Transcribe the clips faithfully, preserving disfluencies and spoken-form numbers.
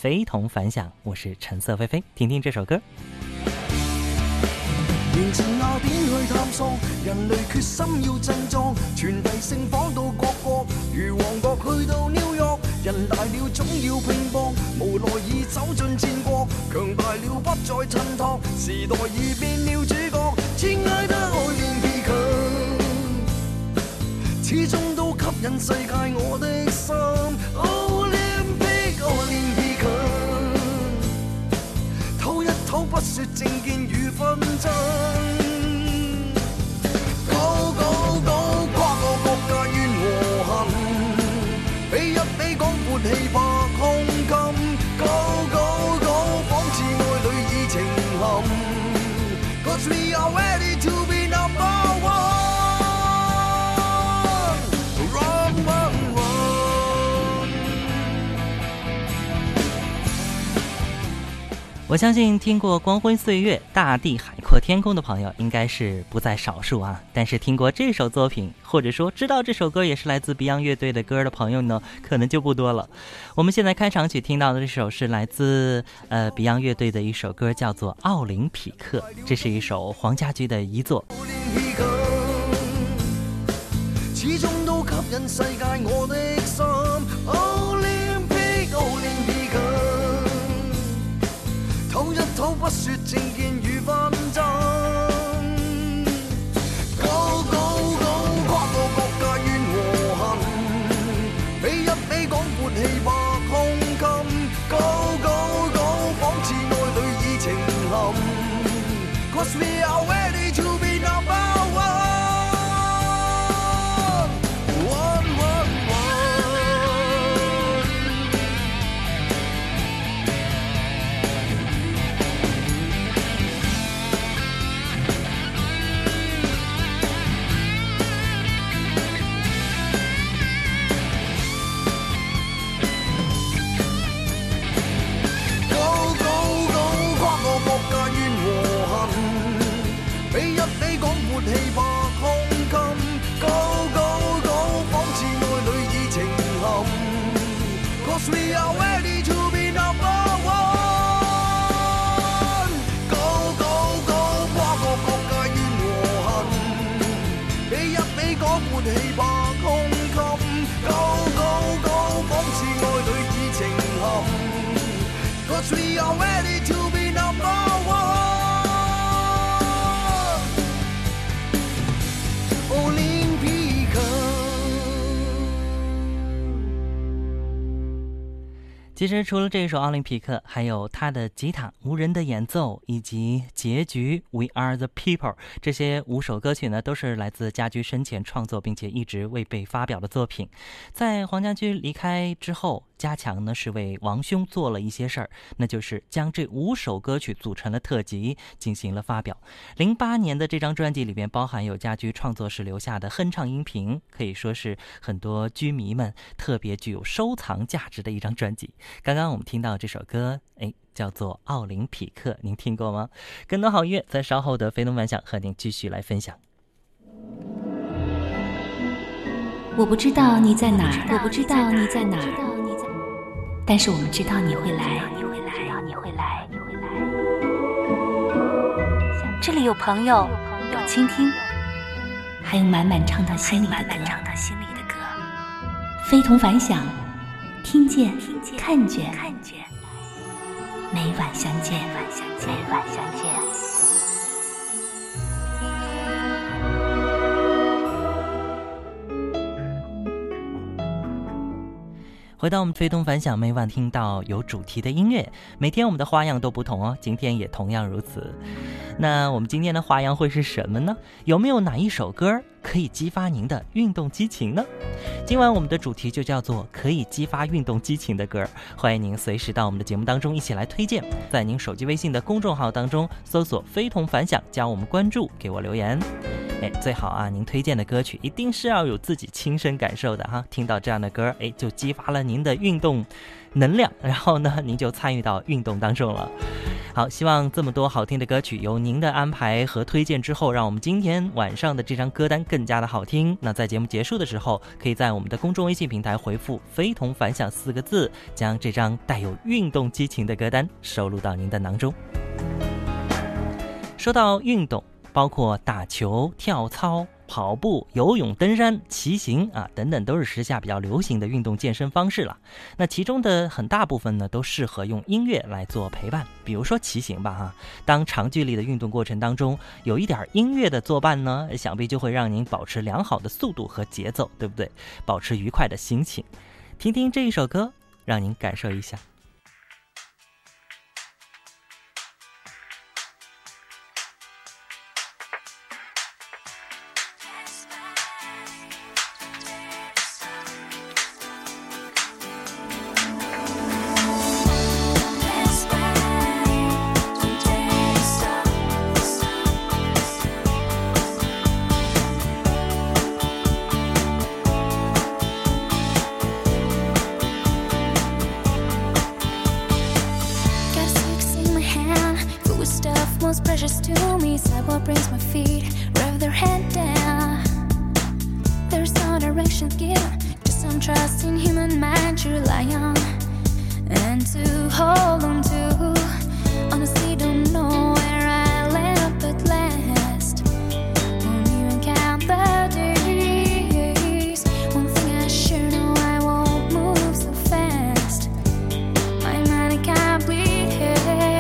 非同凡响，我是橙色菲菲，听听这首歌。 年前雅典去探索，人類決心要振作，傳遞聖火到各國，如旺角去到紐約，人大了總要拼搏，無奈已走進戰國，強大了不再襯托，時代已變了主角，親愛的奧林匹克，始終都吸引世界我的心。Olympic Olympic， 唞一唞不說政見與紛爭。Go Go Go， 跨個國界願和行，比一比廣闊氣魄胸襟。Go Go Go， 仿似愛侶已情陷。Cause we are ready to be number one。 我相信听过《光辉岁月》《大地海阔天空》的朋友应该是不在少数啊，但是听过这首作品，或者说知道这首歌也是来自 Beyond 乐队的歌的朋友呢，可能就不多了。我们现在开场曲听到的这首是来自呃 Beyond 乐队的一首歌，叫做《奥林匹克》，这是一首黄家驹的遗作。 始終都吸引世界我的心。Olympic Olympic， 唞一唞不說政見與紛爭。Go Go Go， 跨個國界願和行，比一比廣闊氣魄胸襟。Go Go Go， 仿似愛侶已情陷。Cause we are ready to be number one。氣魄胸襟 ，Go Go Go， 仿似愛侶已情陷。Cause we are ready to be number one。Go Go Go， 跨個國界願和行，比一比廣闊氣魄胸襟。Go Go Go， 仿似愛侶已情陷。Cause we are ready to be number one。 其实除了这首《奥林匹克》，还有他的吉他无人的演奏，以及结局 We Are the People， 这些五首歌曲呢，都是来自家驹生前创作并且一直未被发表的作品。在黄家驹离开之后，家强呢是为王兄做了一些事儿，那就是将这五首歌曲组成了特辑进行了发表。零八年的这张专辑里边包含有家驹创作时留下的哼唱音频，可以说是很多居迷们特别具有收藏价值的一张专辑。刚刚我们听到这首歌，哎，叫做《奥林匹克》，您听过吗？更多好音乐在稍后的非同凡响和您继续来分享。 我不知道你在哪儿，我不知道你在哪儿，但是我们知道你会来，你会来，你会来，你会来。这里有朋友，有倾听，还有满满唱到心里的歌。非同凡响，听见，看见，每晚相见，每晚相见。 回到我们非同凡响，每晚听到有主题的音乐，每天我们的花样都不同哦，今天也同样如此。那我们今天的花样会是什么呢？有没有哪一首歌可以激发您的运动激情呢？今晚我们的主题就叫做可以激发运动激情的歌，欢迎您随时到我们的节目当中一起来推荐，在您手机微信的公众号当中搜索非同凡响，加我们关注，给我留言。哎，最好啊，您推荐的歌曲一定是要有自己亲身感受的哈，听到这样的歌，哎，就激发了您的运动能量，然后呢，您就参与到运动当中了。 好，希望这么多好听的歌曲由您的安排和推荐之后，让我们今天晚上的这张歌单更加的好听。那在节目结束的时候，可以在我们的公众微信平台回复非同凡响四个字，将这张带有运动激情的歌单收录到您的囊中。说到运动，包括打球、跳操、跑步、游泳、登山、骑行啊等等，都是时下比较流行的运动健身方式了。那其中的很大部分呢，都适合用音乐来做陪伴。比如说骑行吧哈，当长距离的运动过程当中，有一点音乐的作伴呢，想必就会让您保持良好的速度和节奏，对不对？保持愉快的心情。听听这一首歌，让您感受一下。 Precious to me, sidewalk brings my feet, rev their head down. There's no direction given, just some trust in human mind to rely on and to hold on to. Honestly, don't know where I land up at last. Won't even count the days. One thing I sure know, I won't move so fast. My mind can't bleed here.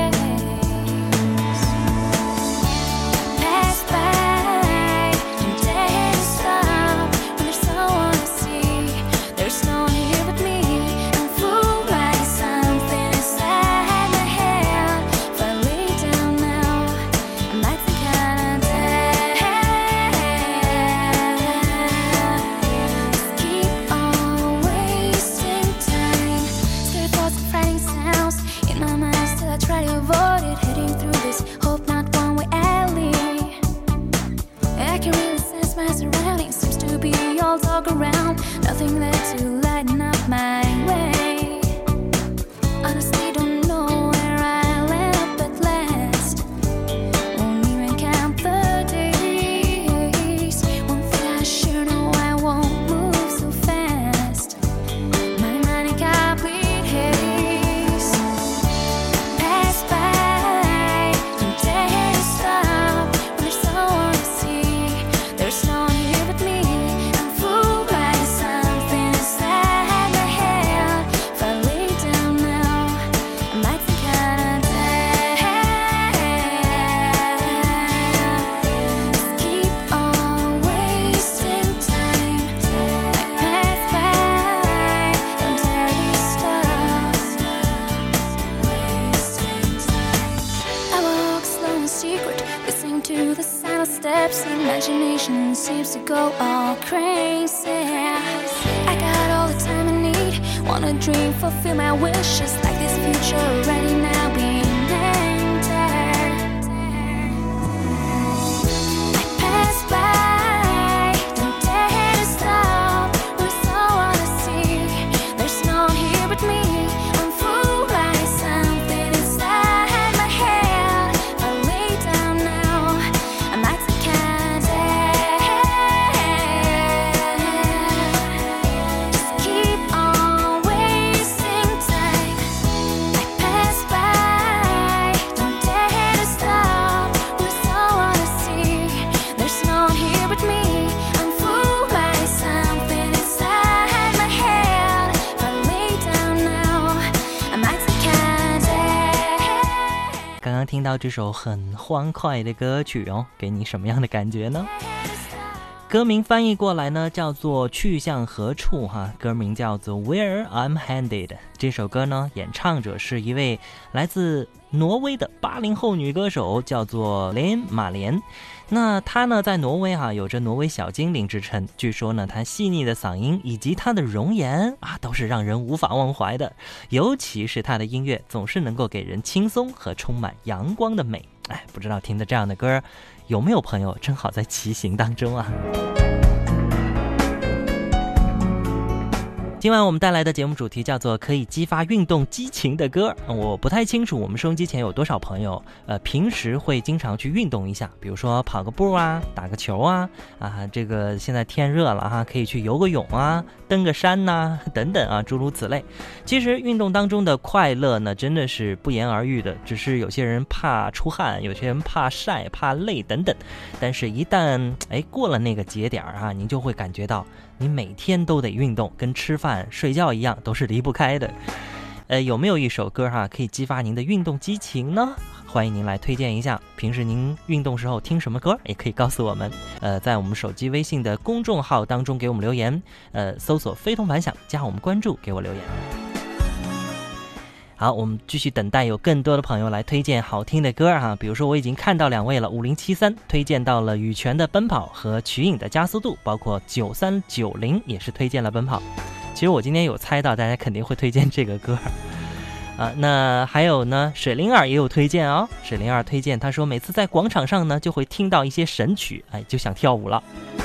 Around, nothing there to lighten up my way. Honestly, don't know where I land up at last. Won't even count the days. One thing I sure know, I won't move so fast. My mind can't bleed haze. Pass by, don't dare to stop. When there's someone to see, there's no one here but me. To the sound of steps, imagination seems to go all crazy. I got all the time I need, wanna dream, fulfill my wishes, like this future already now being entered. I pass by, don't dare to stop. There's no one to see, there's no one here but me. I'm fooled by something inside my head. I lay down now, I might take a Just keep on wasting time. I pass by, don't dare to stop. There's no one to see, there's no one here but me. I'm fooled by something inside my head. If I lay down now, I might take a day. 刚刚听到这首很欢快的歌曲哦，给你什么样的感觉呢？歌名翻译过来呢，叫做去向何处哈，歌名叫做 Where I'm Headed。这首歌呢，演唱者是一位来自挪威的八零后女歌手，叫做莲马莲。那她呢，在挪威哈、啊、有着挪威小精灵之称。据说呢，她细腻的嗓音以及她的容颜啊，都是让人无法忘怀的。尤其是她的音乐，总是能够给人轻松和充满阳光的美。哎，不知道听着这样的歌，有没有朋友正好在骑行当中啊？ 今晚我们带来的节目主题叫做可以激发运动激情的歌。我不太清楚我们收音机前有多少朋友呃，平时会经常去运动一下，比如说跑个步啊，打个球啊，啊，这个现在天热了哈，可以去游个泳啊，登个山呐、啊，等等啊，诸如此类。其实运动当中的快乐呢，真的是不言而喻的，只是有些人怕出汗，有些人怕晒、怕累等等。但是一旦哎过了那个节点啊，您就会感觉到你每天都得运动，跟吃饭睡觉一样，都是离不开的。呃，有没有一首歌哈、啊、可以激发您的运动激情呢？欢迎您来推荐一下，平时您运动时候听什么歌，也可以告诉我们。呃，在我们手机微信的公众号当中给我们留言，呃，搜索非同凡响，加我们关注，给我留言。好，我们继续等待有更多的朋友来推荐好听的歌哈、啊。比如说我已经看到两位了，五零七三推荐到了羽泉的奔跑和瞿颖的加速度，包括九三九零也是推荐了奔跑。其实我今天有猜到大家肯定会推荐这个歌啊。那还有呢，水灵儿也有推荐哦。水灵儿推荐，他说每次在广场上呢就会听到一些神曲，哎，就想跳舞了。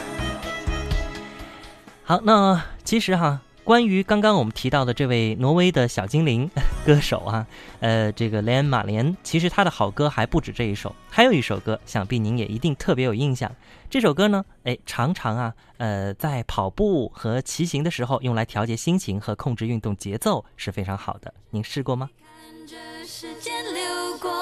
好，那其实哈，关于刚刚我们提到的这位挪威的小精灵歌手啊，呃，这个雷恩·马莲，其实他的好歌还不止这一首，还有一首歌，想必您也一定特别有印象。这首歌呢，哎，常常啊，呃，在跑步和骑行的时候用来调节心情和控制运动节奏是非常好的。您试过吗？ 看着时间流过。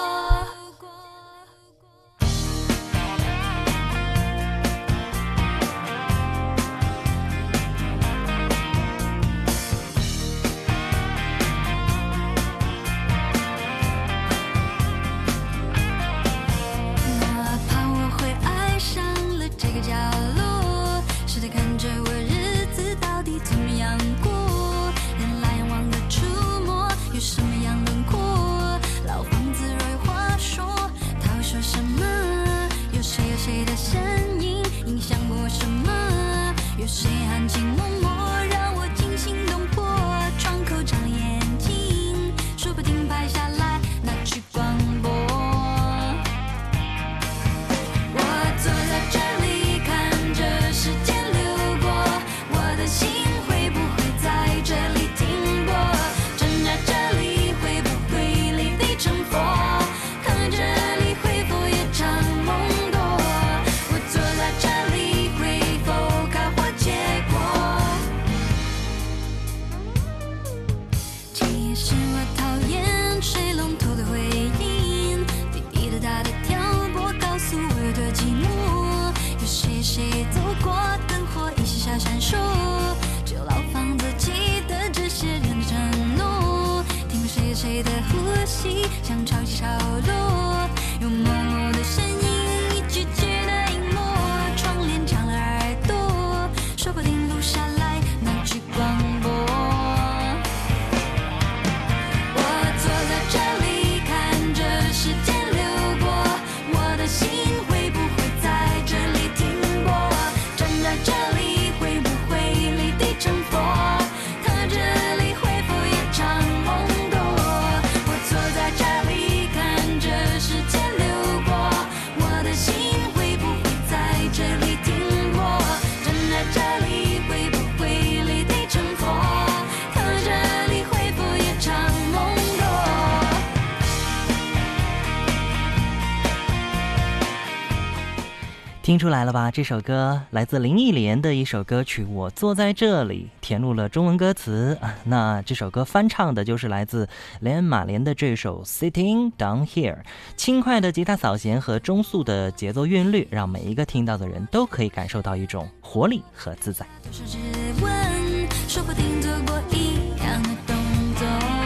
谁的声音影响我什么？有谁含情脉脉让我惊心动魄？窗口长眼睛，说不定拍下来拿去广播。我坐在这里看着时间流过，我的心会不会在这里停泊？站在这里会不会离地成佛？看这里会否也常梦多？谁走过灯火一起下闪烁，只有老房子记得这些人的承诺。听谁谁的呼吸像潮起潮落，有默默的声音一句句的隐没，窗帘长了耳朵，说不定录下来拿去广播。我坐在这里看着时间流过，我的心会不会在这里停？这里会不会离地成佛？看这里会否也常梦多？我坐在这里看着时间流过，我的心会不会在这里停泊？站在这里会不会离地成佛？看这里会否也常梦多？ 听出来了吧？这首歌来自林忆莲的一首歌曲《我坐在这里》，填入了中文歌词。那这首歌翻唱的就是来自雷恩·马莲的这首《Sitting Down Here》，轻快的吉他扫弦和中速的节奏韵律，让每一个听到的人都可以感受到一种活力和自在。 就是只问，说不定做过一样的动作。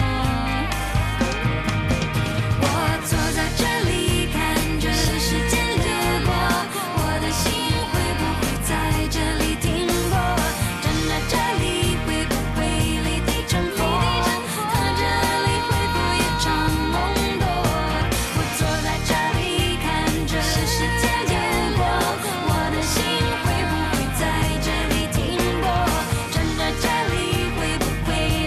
我坐在这里看着时间流过，我的心会不会在这里停泊？站在这里会不会离地成佛？看这里会否也常梦多？我坐在这里看着时间流过，我的心会不会在这里停泊？站在这里会不会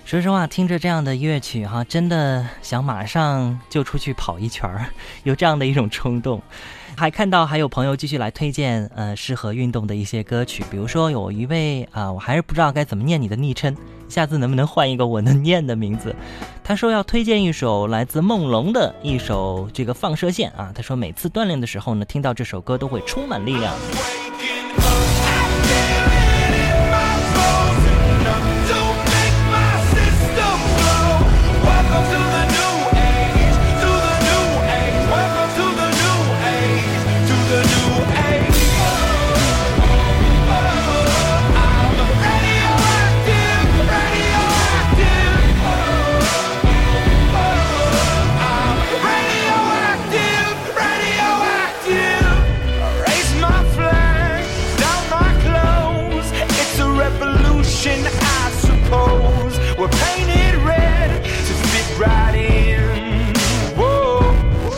说实话，听着这样的乐曲哈，真的想马上就出去跑一圈儿，有这样的一种冲动。还看到还有朋友继续来推荐呃适合运动的一些歌曲，比如说有一位啊、呃，我还是不知道该怎么念你的昵称，下次能不能换一个我能念的名字？他说要推荐一首来自梦龙的一首这个放射线啊，他说每次锻炼的时候呢，听到这首歌都会充满力量。 I suppose we're painted red to fit right in. Whoa,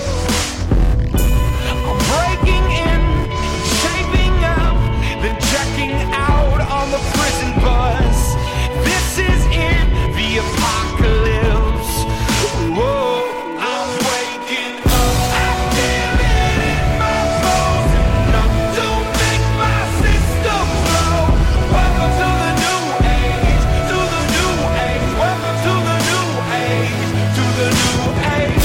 I'm breaking in, shaping up, then checking out on the prison bus. This is it, the apocalypse. Whoa, I'm waking up, I feel it in my bones. Enough to make my system blow. Welcome to the new age, to the new age. Welcome to the new age, to the new age.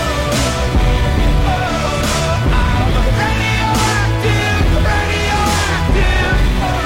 I'm radioactive, radioactive.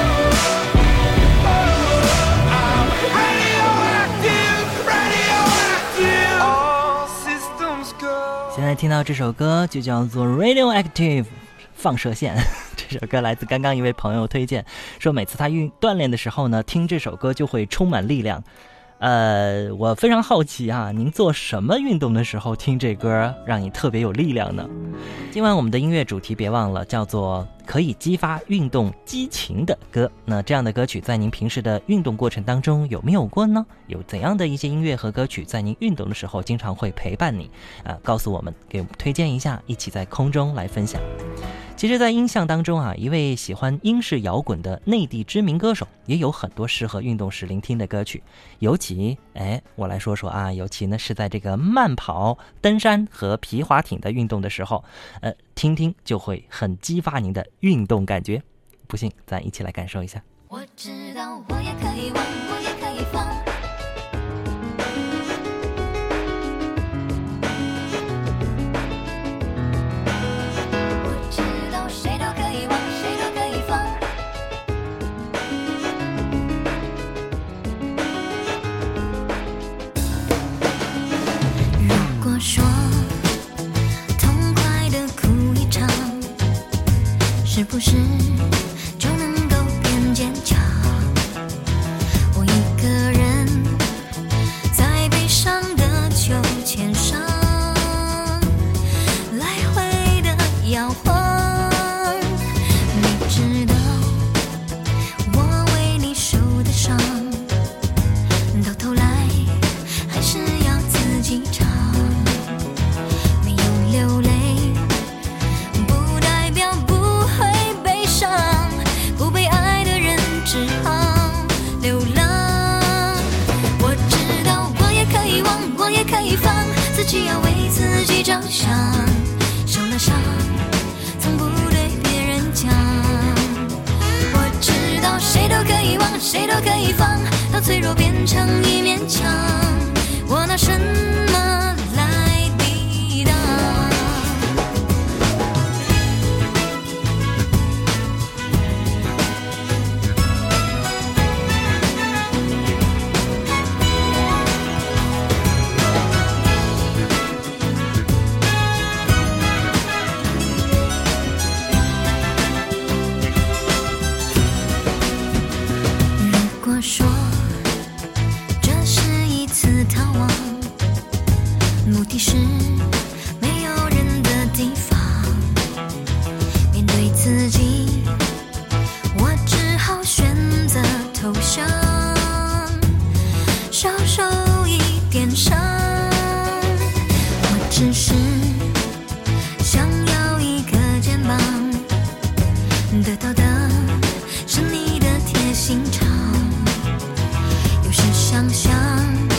I'm radioactive, radioactive. All systems go. 现在听到这首歌就叫做 Radioactive 放射线，这首歌来自刚刚一位朋友推荐，说每次他运锻炼的时候呢，听这首歌就会充满力量。呃，我非常好奇啊，您做什么运动的时候听这歌让你特别有力量呢？今晚我们的音乐主题别忘了叫做可以激发运动激情的歌。那这样的歌曲在您平时的运动过程当中有没有过呢？有怎样的一些音乐和歌曲在您运动的时候经常会陪伴你啊、呃？告诉我们，给我们推荐一下，一起在空中来分享。其实在音像当中啊，一位喜欢英式摇滚的内地知名歌手也有很多适合运动时聆听的歌曲，尤其哎，我来说说啊，尤其呢是在这个慢跑、登山和皮划艇的运动的时候，呃，听听就会很激发您的运动感觉。不信咱一起来感受一下。 我知道我也可以忘，我也可以放，我知道谁都可以忘，谁都可以放，如果说痛快的哭一场，是不是就能够变坚强？我一个人在悲伤的秋千上来回的摇晃，你知道我为你受的伤，到头来还是要自己尝。没有流泪不代表不会悲伤，不被爱的人只好流浪。我知道我也可以忘，我也可以放，自己要为自己着想，受了伤从不对别人讲。我知道谁都可以忘，谁都可以放，到脆弱变成一面墙，我拿什么来抵挡？如果说这是一次逃亡，目的是没有人的地方，面对自己我只好选择投降，少受一点伤。我只是想要一个肩膀，得到的是你的铁心肠，有时想想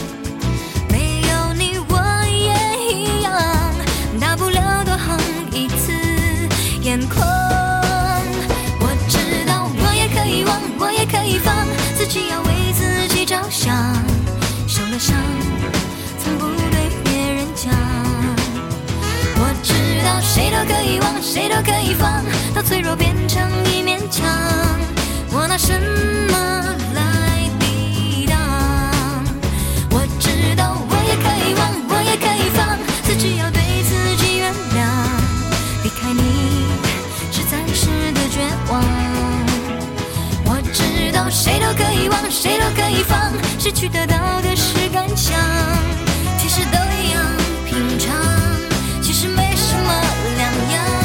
可以忘，谁都可以放，到脆弱变成一面墙，我拿什么来抵挡？我知道我也可以忘，我也可以放，自己要对自己原谅，离开你是暂时的绝望。我知道谁都可以忘，谁都可以放，失去得到的是感想，其实都一样平常，其实没什么两样。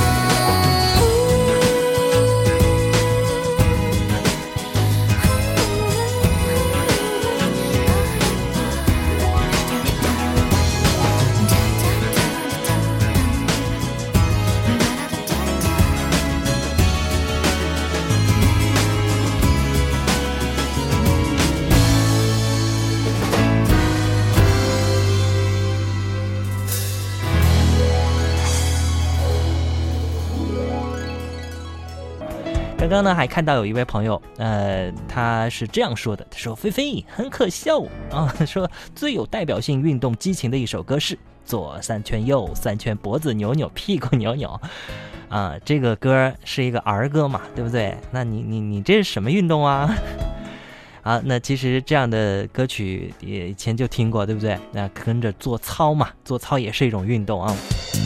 刚刚呢还看到有一位朋友，呃，他是这样说的，他说菲菲很可笑啊，说最有代表性运动激情的一首歌是左三圈右三圈脖子扭扭屁股扭扭啊，这个歌是一个儿歌嘛，对不对？那你你你这是什么运动啊？啊，那其实这样的歌曲也以前就听过，对不对？那跟着做操嘛，做操也是一种运动啊。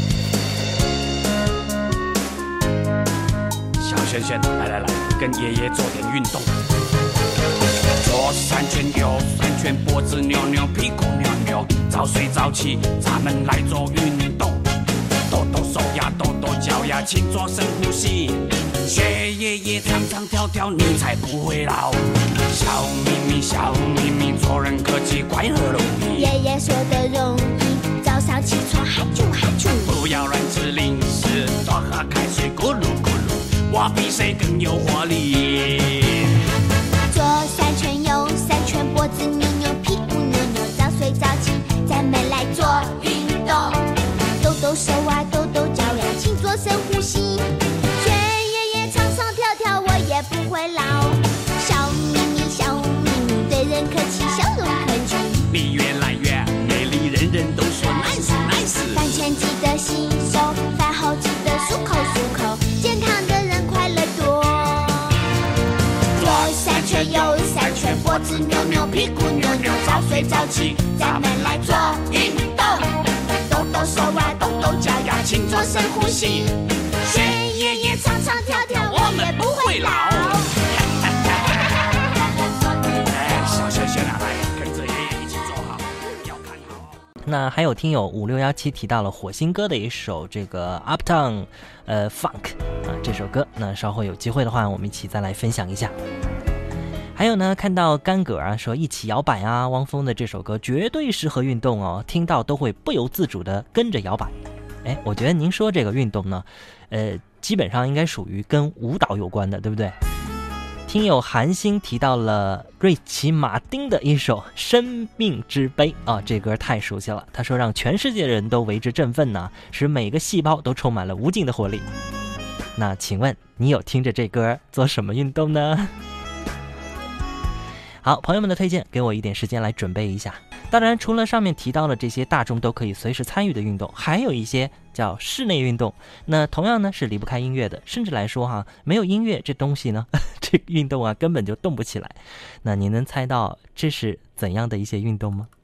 小轩轩，来来来，跟爷爷做点运动。左三圈，右三圈，脖子扭扭，屁股扭扭，早睡早起，咱们来做运动。抖抖手呀，抖抖脚呀，勤做深呼吸。学爷爷唱唱跳跳，你才不会老。笑眯眯，笑眯眯，做人客气，快乐容易。 爷爷说的容易，早上起床哈啾哈啾。 不要乱吃零食，多喝开水，咕噜咕噜。我比谁更有活力。 左三圈，右三圈，脖子扭扭，屁股扭扭，早睡早起，咱们来做运动。抖抖手啊，抖抖脚呀，勤做深呼吸。学爷爷唱唱跳跳，我也不会老。笑眯眯，笑眯眯，对人客气，笑容可掬。 你越来越美丽，人人都说 nice nice。 饭前记得洗手，饭后记得漱口漱口，健康的人快乐多。左三圈，右三圈，脖子扭扭，屁股扭扭，早睡早起，咱们来做运动。抖抖手啊，抖抖脚呀，勤做深呼吸。学爷爷唱唱跳跳，我也不会老。 哎，小轩轩啊，来跟着爷爷一起做好，要看好。 那还有听友五六幺七提到了火星哥的一首这个 Uptown 呃 Funk 啊这首歌，那稍后有机会的话我们一起再来分享一下。还有呢，看到干葛啊说一起摇摆啊，汪峰的这首歌绝对适合运动哦，听到都会不由自主的跟着摇摆。哎，我觉得您说这个运动呢，呃，基本上应该属于跟舞蹈有关的，对不对？听友韩星提到了瑞奇马丁的一首《生命之杯》啊，这歌太熟悉了。他说让全世界人都为之振奋呢，使每个细胞都充满了无尽的活力。那请问你有听着这歌做什么运动呢？好，朋友们的推荐，给我一点时间来准备一下。当然，除了上面提到了这些大众都可以随时参与的运动，还有一些叫室内运动。那同样呢是离不开音乐的，甚至来说哈，没有音乐这东西呢，这个运动啊根本就动不起来。那您能猜到这是怎样的一些运动吗？